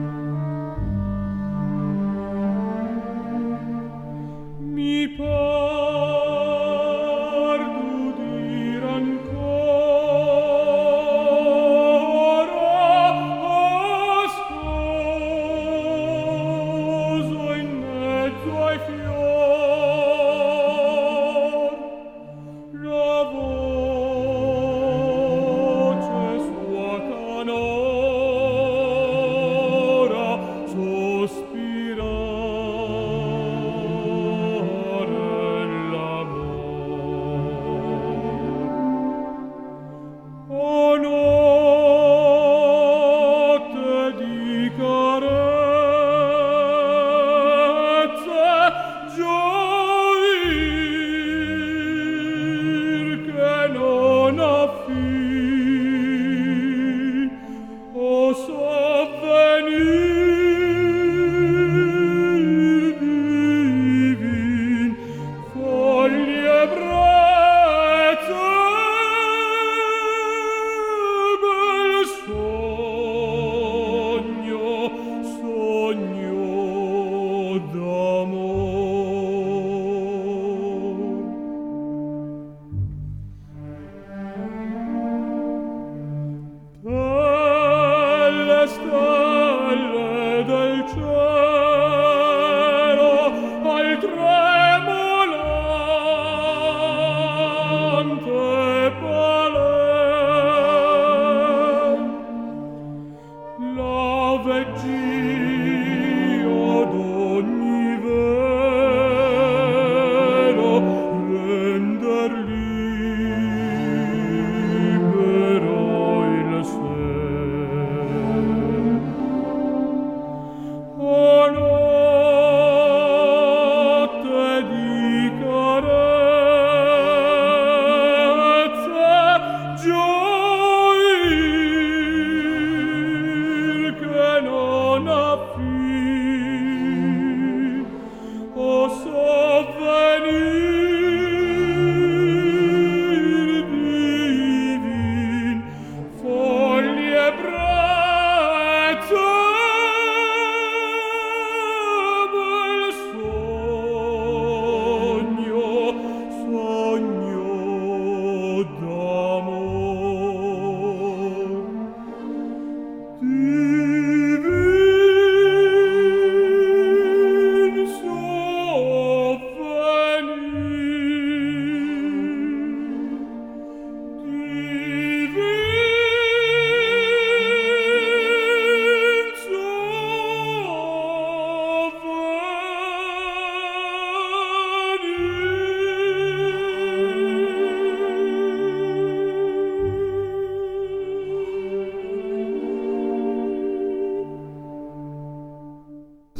Mi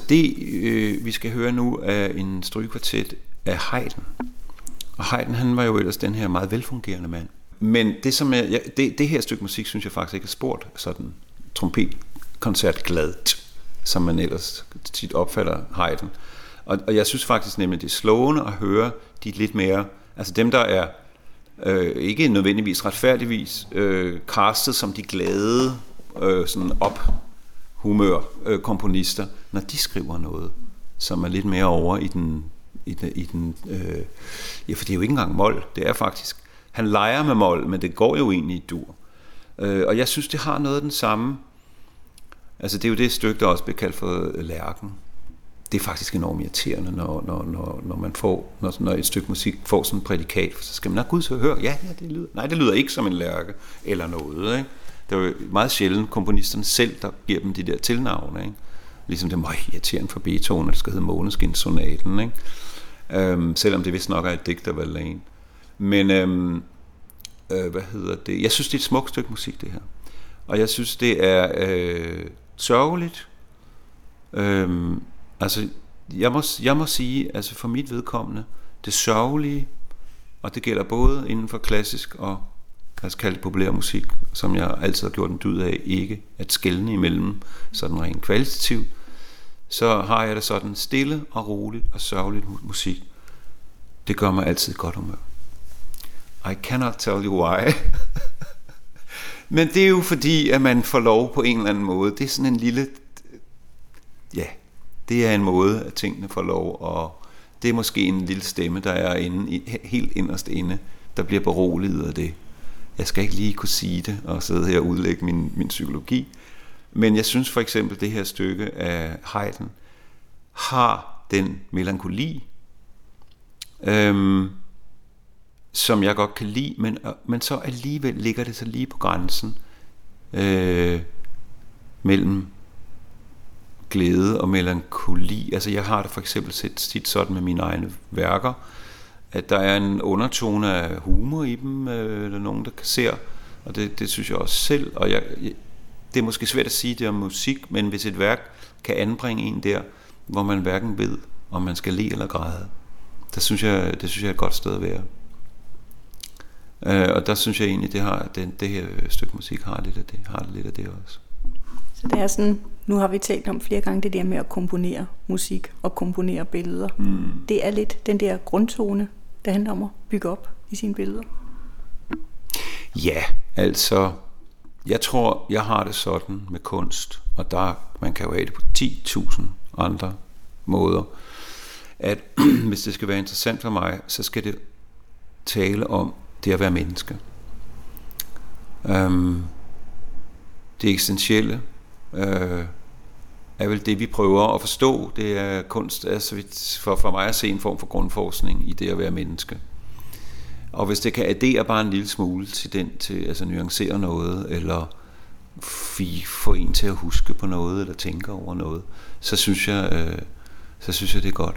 det øh, vi skal høre nu er en strygekvartet af Haydn. Og Haydn, han var jo ellers den her meget velfungerende mand. Men det, som er, ja, det, det her stykke musik, synes jeg faktisk ikke er spurgt sådan trompetkoncertgladt, som man ellers tit opfatter Haydn. Og, og jeg synes faktisk nemlig, det er slående at høre de lidt mere, altså dem, der er øh, ikke nødvendigvis retfærdigvis øh, castet som de glade øh, sådan op humør øh, komponister, når de skriver noget, som er lidt mere over i den, i den, i den øh, ja, for det er jo ikke engang mol, det er faktisk, han leger med mol, men det går jo egentlig i dur. Øh, og jeg synes, det har noget af den samme, altså det er jo det stykke, der også bliver kaldt for lærken. Det er faktisk enormt irriterende, når, når, når, når man får, når, når et stykke musik får sådan en prædikat, så skal man have Gud så høre, ja, ja, det lyder, nej, det lyder ikke som en lærke, eller noget, ikke? Det er jo meget sjældent komponisterne selv, der giver dem de der tilnavne, ikke? Ligesom det er meget irriterende for Beethoven, at det skal hedde Måneskinsonaten, ikke? Øhm, selvom det vist nok er et digtervalg. Men øhm, øh, hvad hedder det? Jeg synes, det er et smukt stykke musik, det her. Og jeg synes, det er øh, sørgeligt. Øhm, altså, jeg må, jeg må sige, altså for mit vedkommende, det sørgelige, og det gælder både inden for klassisk og lad os kalde det populær musik, som jeg altid har gjort en dyd af, ikke at skelne imellem sådan rent kvalitativt, så har jeg det sådan stille og roligt og sørgeligt musik. Det gør mig altid godt humør. I cannot tell you why. Men det er jo fordi, at man får lov på en eller anden måde. Det er sådan en lille, ja, det er en måde, at tingene får lov, og det er måske en lille stemme, der er inde, helt inderst inde, der bliver beroliget af det. Jeg skal ikke lige kunne sige det og sidde her og udlægge min, min psykologi, men jeg synes for eksempel, det her stykke af Haydn har den melankoli, øhm, som jeg godt kan lide, men, men så alligevel ligger det så lige på grænsen øh, mellem glæde og melankoli. Altså jeg har det for eksempel set tit sådan med mine egne værker, at der er en undertone af humor i dem, øh, eller nogen, der kan se, og det, det synes jeg også selv, og jeg, jeg, det er måske svært at sige det om musik, men hvis et værk kan anbringe en der, hvor man hverken ved, om man skal le eller græde, der synes jeg, det synes jeg er et godt sted at være. Øh, og der synes jeg egentlig, det, har, det, det her stykke musik har lidt af det, har det lidt af det også. Så det er sådan, nu har vi talt om flere gange det der med at komponere musik og komponere billeder. Mm. Det er lidt den der grundtone, der handler om at bygge op i sine billeder. Ja, altså, jeg tror, jeg har det sådan med kunst, og der, man kan jo have det på ti tusind andre måder, at hvis det skal være interessant for mig, så skal det tale om det at være menneske. Um, det eksistentielle uh, er vel det, vi prøver at forstå. Det er kunst, er så vidt for, for mig at se en form for grundforskning i det at være menneske. Og hvis det kan addere bare en lille smule til den, til altså nuancere noget, eller få en til at huske på noget, eller tænke over noget, så synes jeg, øh, så synes jeg det er godt.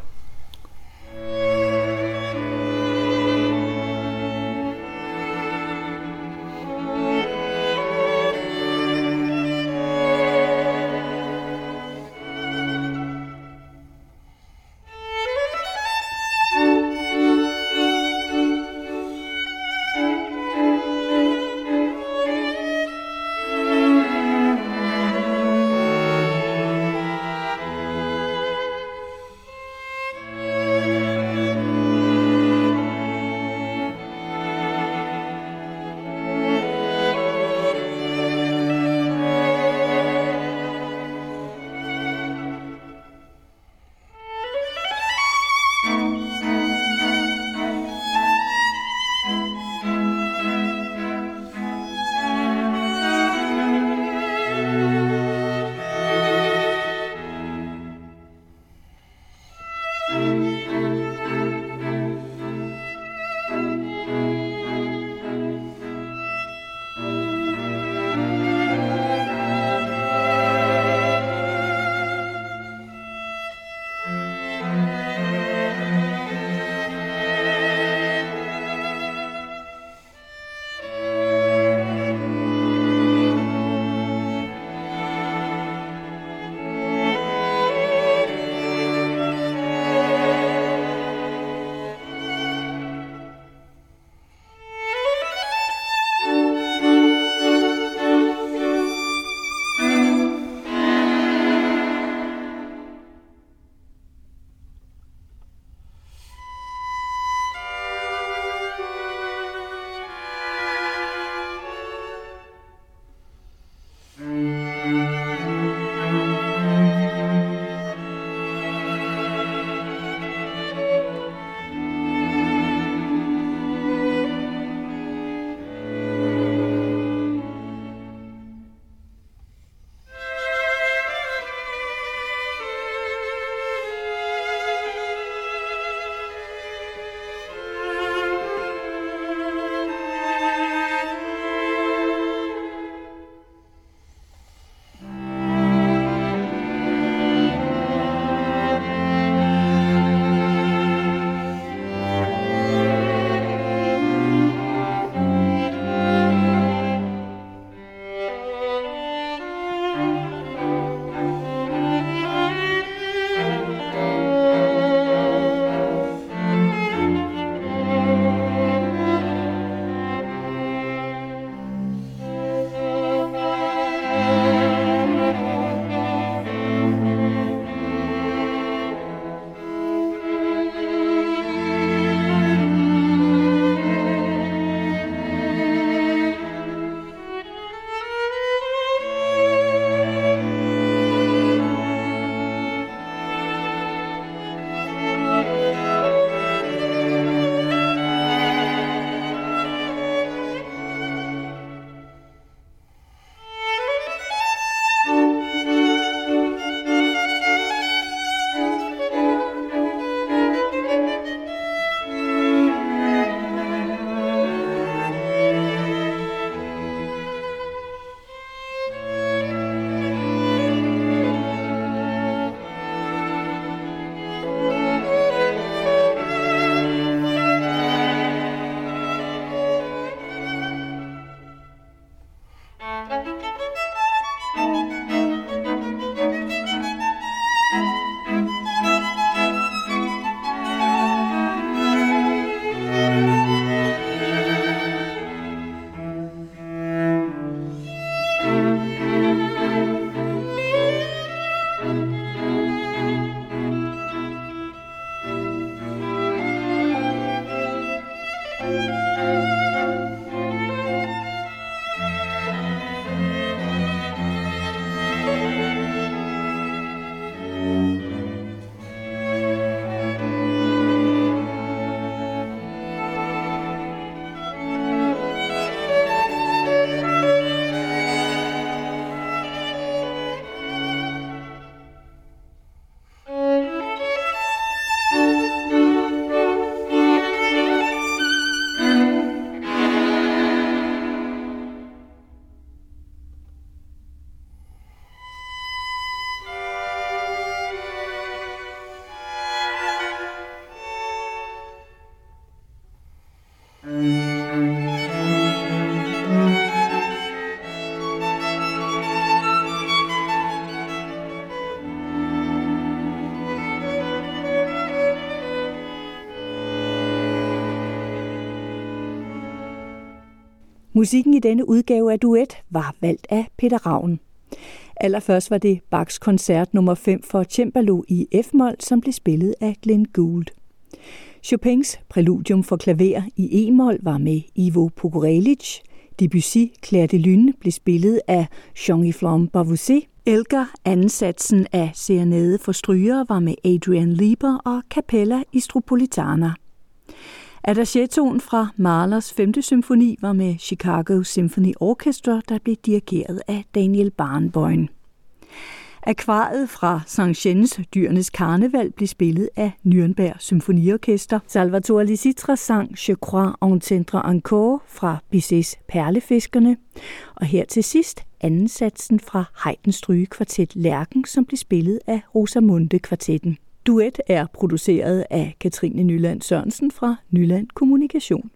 Musikken i denne udgave af Duet var valgt af Peter Ravn. Allerførst var det Bachs koncert nummer fem for cembalo i F-mol, som blev spillet af Glenn Gould. Chopins præludium for klaver i E-mol var med Ivo Pogorelic. Debussy Clair de Lune blev spillet af Jean-Yves Bavouzet. Elgar ansatsen af Serenade for strygere var med Adrian Lieber og Capella Istropolitana. Adagietoen fra Mahlers femte symfoni var med Chicago Symphony Orchestra, der blev dirigeret af Daniel Barenboim. Akvariet fra Saint-Gens Dyrenes Karneval blev spillet af Nürnberg Symfoniorkester. Salvatore Lisitra sang Je crois entendre encore fra Bizets Perlefiskerne. Og her til sidst anden satsen fra Haydns strygekvartet Lærken, som blev spillet af Rosamunde Kvartetten. Duet er produceret af Katrine Nyland Sørensen fra Nyland Kommunikation.